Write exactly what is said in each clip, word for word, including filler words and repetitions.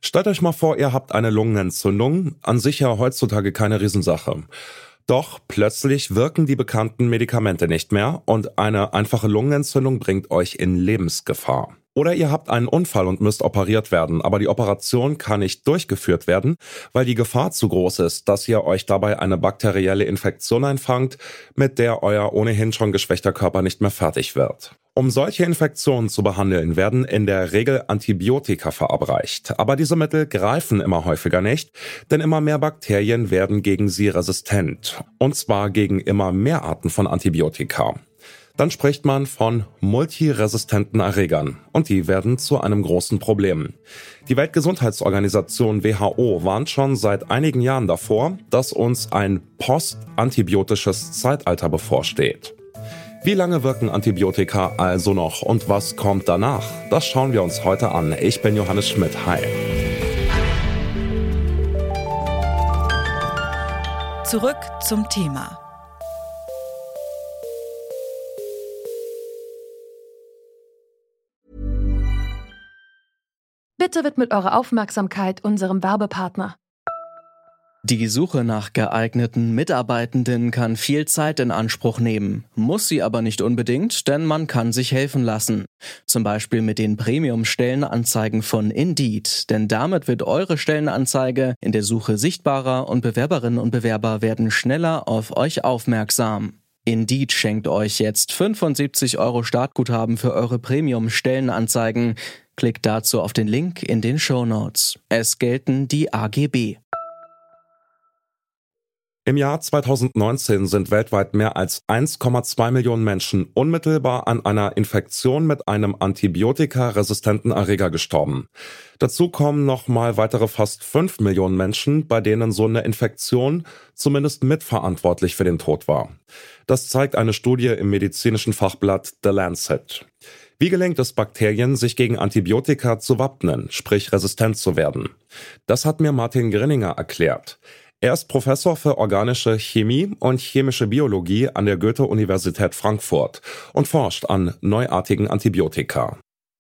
Stellt euch mal vor, ihr habt eine Lungenentzündung, an sich ja heutzutage keine Riesensache. Doch plötzlich wirken die bekannten Medikamente nicht mehr und eine einfache Lungenentzündung bringt euch in Lebensgefahr. Oder ihr habt einen Unfall und müsst operiert werden, aber die Operation kann nicht durchgeführt werden, weil die Gefahr zu groß ist, dass ihr euch dabei eine bakterielle Infektion einfangt, mit der euer ohnehin schon geschwächter Körper nicht mehr fertig wird. Um solche Infektionen zu behandeln, werden in der Regel Antibiotika verabreicht. Aber diese Mittel greifen immer häufiger nicht, denn immer mehr Bakterien werden gegen sie resistent. Und zwar gegen immer mehr Arten von Antibiotika. Dann spricht man von multiresistenten Erregern und die werden zu einem großen Problem. Die Weltgesundheitsorganisation W H O warnt schon seit einigen Jahren davor, dass uns ein postantibiotisches Zeitalter bevorsteht. Wie lange wirken Antibiotika also noch und was kommt danach? Das schauen wir uns heute an. Ich bin Johannes Schmidt. Hi. Zurück zum Thema. Bitte widmet eure Aufmerksamkeit unserem Werbepartner. Die Suche nach geeigneten Mitarbeitenden kann viel Zeit in Anspruch nehmen, muss sie aber nicht unbedingt, denn man kann sich helfen lassen. Zum Beispiel mit den Premium-Stellenanzeigen von Indeed, denn damit wird eure Stellenanzeige in der Suche sichtbarer und Bewerberinnen und Bewerber werden schneller auf euch aufmerksam. Indeed schenkt euch jetzt fünfundsiebzig Euro Startguthaben für eure Premium-Stellenanzeigen. Klickt dazu auf den Link in den Shownotes. Es gelten die A G B. Im Jahr zweitausendneunzehn sind weltweit mehr als eins Komma zwei Millionen Menschen unmittelbar an einer Infektion mit einem antibiotikaresistenten Erreger gestorben. Dazu kommen nochmal weitere fast fünf Millionen Menschen, bei denen so eine Infektion zumindest mitverantwortlich für den Tod war. Das zeigt eine Studie im medizinischen Fachblatt The Lancet. Wie gelingt es Bakterien, sich gegen Antibiotika zu wappnen, sprich resistent zu werden? Das hat mir Martin Grinninger erklärt. Er ist Professor für organische Chemie und chemische Biologie an der Goethe-Universität Frankfurt und forscht an neuartigen Antibiotika.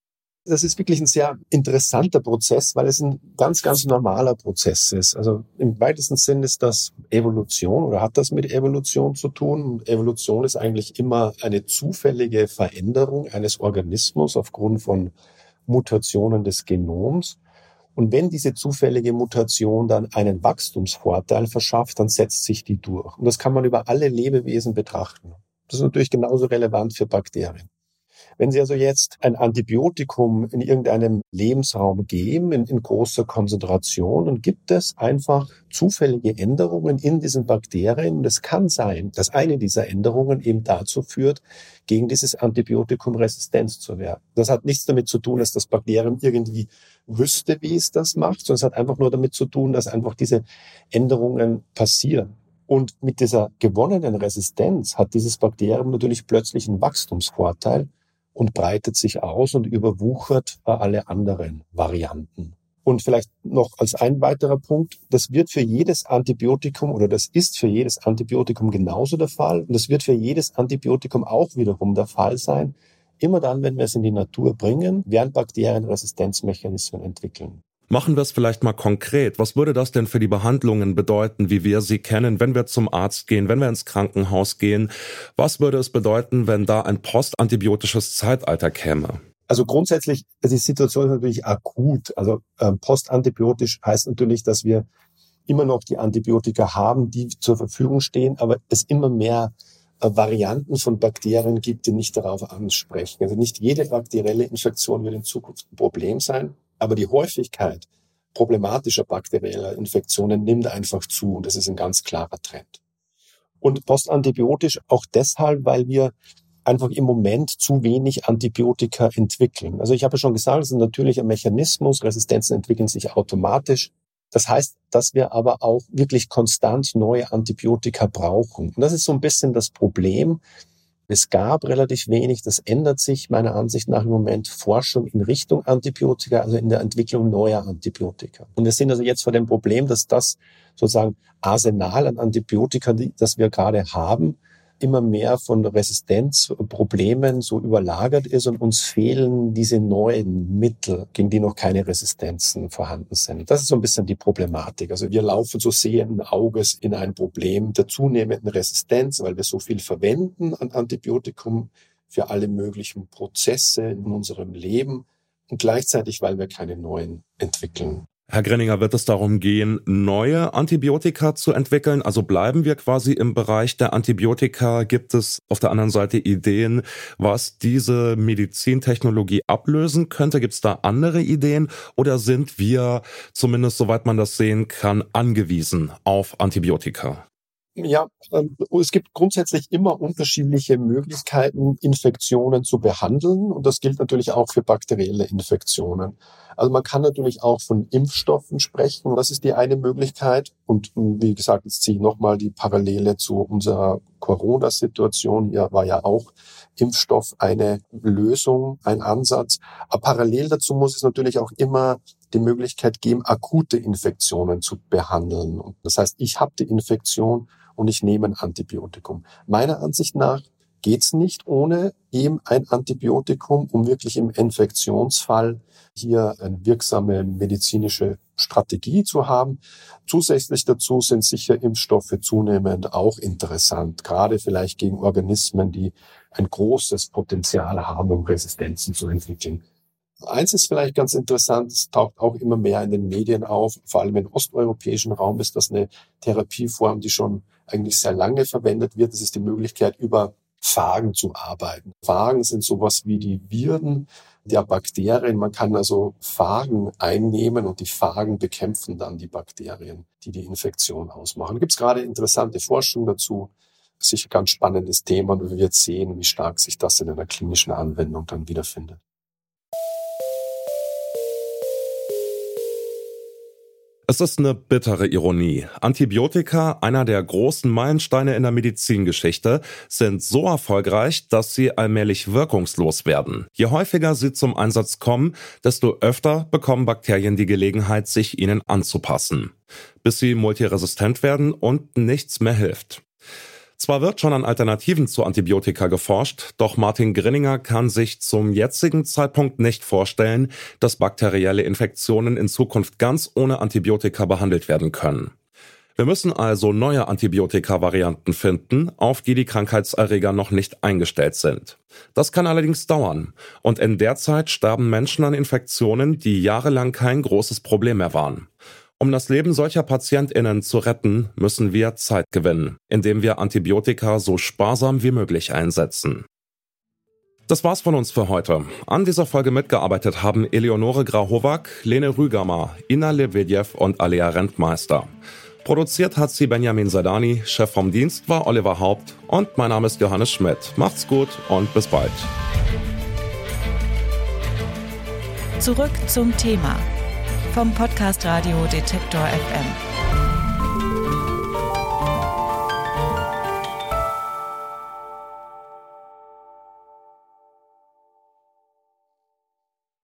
Das ist wirklich ein sehr interessanter Prozess, weil es ein ganz, ganz normaler Prozess ist. Also im weitesten Sinn ist das Evolution oder hat das mit Evolution zu tun. Evolution ist eigentlich immer eine zufällige Veränderung eines Organismus aufgrund von Mutationen des Genoms. Und wenn diese zufällige Mutation dann einen Wachstumsvorteil verschafft, dann setzt sich die durch. Und das kann man über alle Lebewesen betrachten. Das ist natürlich genauso relevant für Bakterien. Wenn Sie also jetzt ein Antibiotikum in irgendeinem Lebensraum geben, in, in großer Konzentration, dann gibt es einfach zufällige Änderungen in diesen Bakterien. Und es kann sein, dass eine dieser Änderungen eben dazu führt, gegen dieses Antibiotikum resistent zu werden. Das hat nichts damit zu tun, dass das Bakterium irgendwie wüsste, wie es das macht, sondern es hat einfach nur damit zu tun, dass einfach diese Änderungen passieren. Und mit dieser gewonnenen Resistenz hat dieses Bakterium natürlich plötzlich einen Wachstumsvorteil und breitet sich aus und überwuchert alle anderen Varianten. Und vielleicht noch als ein weiterer Punkt, das wird für jedes Antibiotikum oder das ist für jedes Antibiotikum genauso der Fall. Und das wird für jedes Antibiotikum auch wiederum der Fall sein. Immer dann, wenn wir es in die Natur bringen, werden Bakterien Resistenzmechanismen entwickeln. Machen wir es vielleicht mal konkret. Was würde das denn für die Behandlungen bedeuten, wie wir sie kennen, wenn wir zum Arzt gehen, wenn wir ins Krankenhaus gehen? Was würde es bedeuten, wenn da ein postantibiotisches Zeitalter käme? Also grundsätzlich, die Situation ist natürlich akut. Also äh, postantibiotisch heißt natürlich, dass wir immer noch die Antibiotika haben, die zur Verfügung stehen, aber es immer mehr äh, Varianten von Bakterien gibt, die nicht darauf ansprechen. Also nicht jede bakterielle Infektion wird in Zukunft ein Problem sein. Aber die Häufigkeit problematischer bakterieller Infektionen nimmt einfach zu. Und das ist ein ganz klarer Trend. Und postantibiotisch auch deshalb, weil wir einfach im Moment zu wenig Antibiotika entwickeln. Also ich habe ja schon gesagt, es ist ein natürlicher Mechanismus. Resistenzen entwickeln sich automatisch. Das heißt, dass wir aber auch wirklich konstant neue Antibiotika brauchen. Und das ist so ein bisschen das Problem. Es gab relativ wenig, das ändert sich meiner Ansicht nach im Moment, Forschung in Richtung Antibiotika, also in der Entwicklung neuer Antibiotika. Und wir sind also jetzt vor dem Problem, dass das sozusagen Arsenal an Antibiotika, das wir gerade haben, immer mehr von Resistenzproblemen so überlagert ist und uns fehlen diese neuen Mittel, gegen die noch keine Resistenzen vorhanden sind. Das ist so ein bisschen die Problematik. Also wir laufen so sehenden Auges in ein Problem der zunehmenden Resistenz, weil wir so viel verwenden an Antibiotikum für alle möglichen Prozesse in unserem Leben und gleichzeitig, weil wir keine neuen entwickeln. Herr Grenninger, wird es darum gehen, neue Antibiotika zu entwickeln? Also bleiben wir quasi im Bereich der Antibiotika? Gibt es auf der anderen Seite Ideen, was diese Medizintechnologie ablösen könnte? Gibt es da andere Ideen? Oder sind wir, zumindest soweit man das sehen kann, angewiesen auf Antibiotika? Ja, es gibt grundsätzlich immer unterschiedliche Möglichkeiten, Infektionen zu behandeln. Und das gilt natürlich auch für bakterielle Infektionen. Also man kann natürlich auch von Impfstoffen sprechen. Das ist die eine Möglichkeit. Und wie gesagt, jetzt ziehe ich nochmal die Parallele zu unserer Corona-Situation. Hier war ja auch Impfstoff eine Lösung, ein Ansatz. Aber parallel dazu muss es natürlich auch immer die Möglichkeit geben, akute Infektionen zu behandeln. Und das heißt, ich habe die Infektion und ich nehme ein Antibiotikum. Meiner Ansicht nach geht's nicht ohne eben ein Antibiotikum, um wirklich im Infektionsfall hier eine wirksame medizinische Strategie zu haben. Zusätzlich dazu sind sicher Impfstoffe zunehmend auch interessant, gerade vielleicht gegen Organismen, die ein großes Potenzial haben, um Resistenzen zu entwickeln. Eins ist vielleicht ganz interessant, es taucht auch immer mehr in den Medien auf, vor allem im osteuropäischen Raum ist das eine Therapieform, die schon eigentlich sehr lange verwendet wird. Das ist die Möglichkeit, über Phagen zu arbeiten. Phagen sind sowas wie die Viren der Bakterien. Man kann also Phagen einnehmen und die Phagen bekämpfen dann die Bakterien, die die Infektion ausmachen. Da gibt es gerade interessante Forschung dazu. Sicher ein ganz spannendes Thema und wir werden sehen, wie stark sich das in einer klinischen Anwendung dann wiederfindet. Es ist eine bittere Ironie. Antibiotika, einer der großen Meilensteine in der Medizingeschichte, sind so erfolgreich, dass sie allmählich wirkungslos werden. Je häufiger sie zum Einsatz kommen, desto öfter bekommen Bakterien die Gelegenheit, sich ihnen anzupassen, bis sie multiresistent werden und nichts mehr hilft. Zwar wird schon an Alternativen zu Antibiotika geforscht, doch Martin Grenninger kann sich zum jetzigen Zeitpunkt nicht vorstellen, dass bakterielle Infektionen in Zukunft ganz ohne Antibiotika behandelt werden können. Wir müssen also neue Antibiotika-Varianten finden, auf die die Krankheitserreger noch nicht eingestellt sind. Das kann allerdings dauern und in der Zeit sterben Menschen an Infektionen, die jahrelang kein großes Problem mehr waren. Um das Leben solcher PatientInnen zu retten, müssen wir Zeit gewinnen, indem wir Antibiotika so sparsam wie möglich einsetzen. Das war's von uns für heute. An dieser Folge mitgearbeitet haben Eleonore Grahovac, Lene Rügamer, Ina Lebedjew und Alea Rentmeister. Produziert hat sie Benjamin Sadani, Chef vom Dienst war Oliver Haupt und mein Name ist Johannes Schmidt. Macht's gut und bis bald. Zurück zum Thema vom Podcast Radio Detektor F M.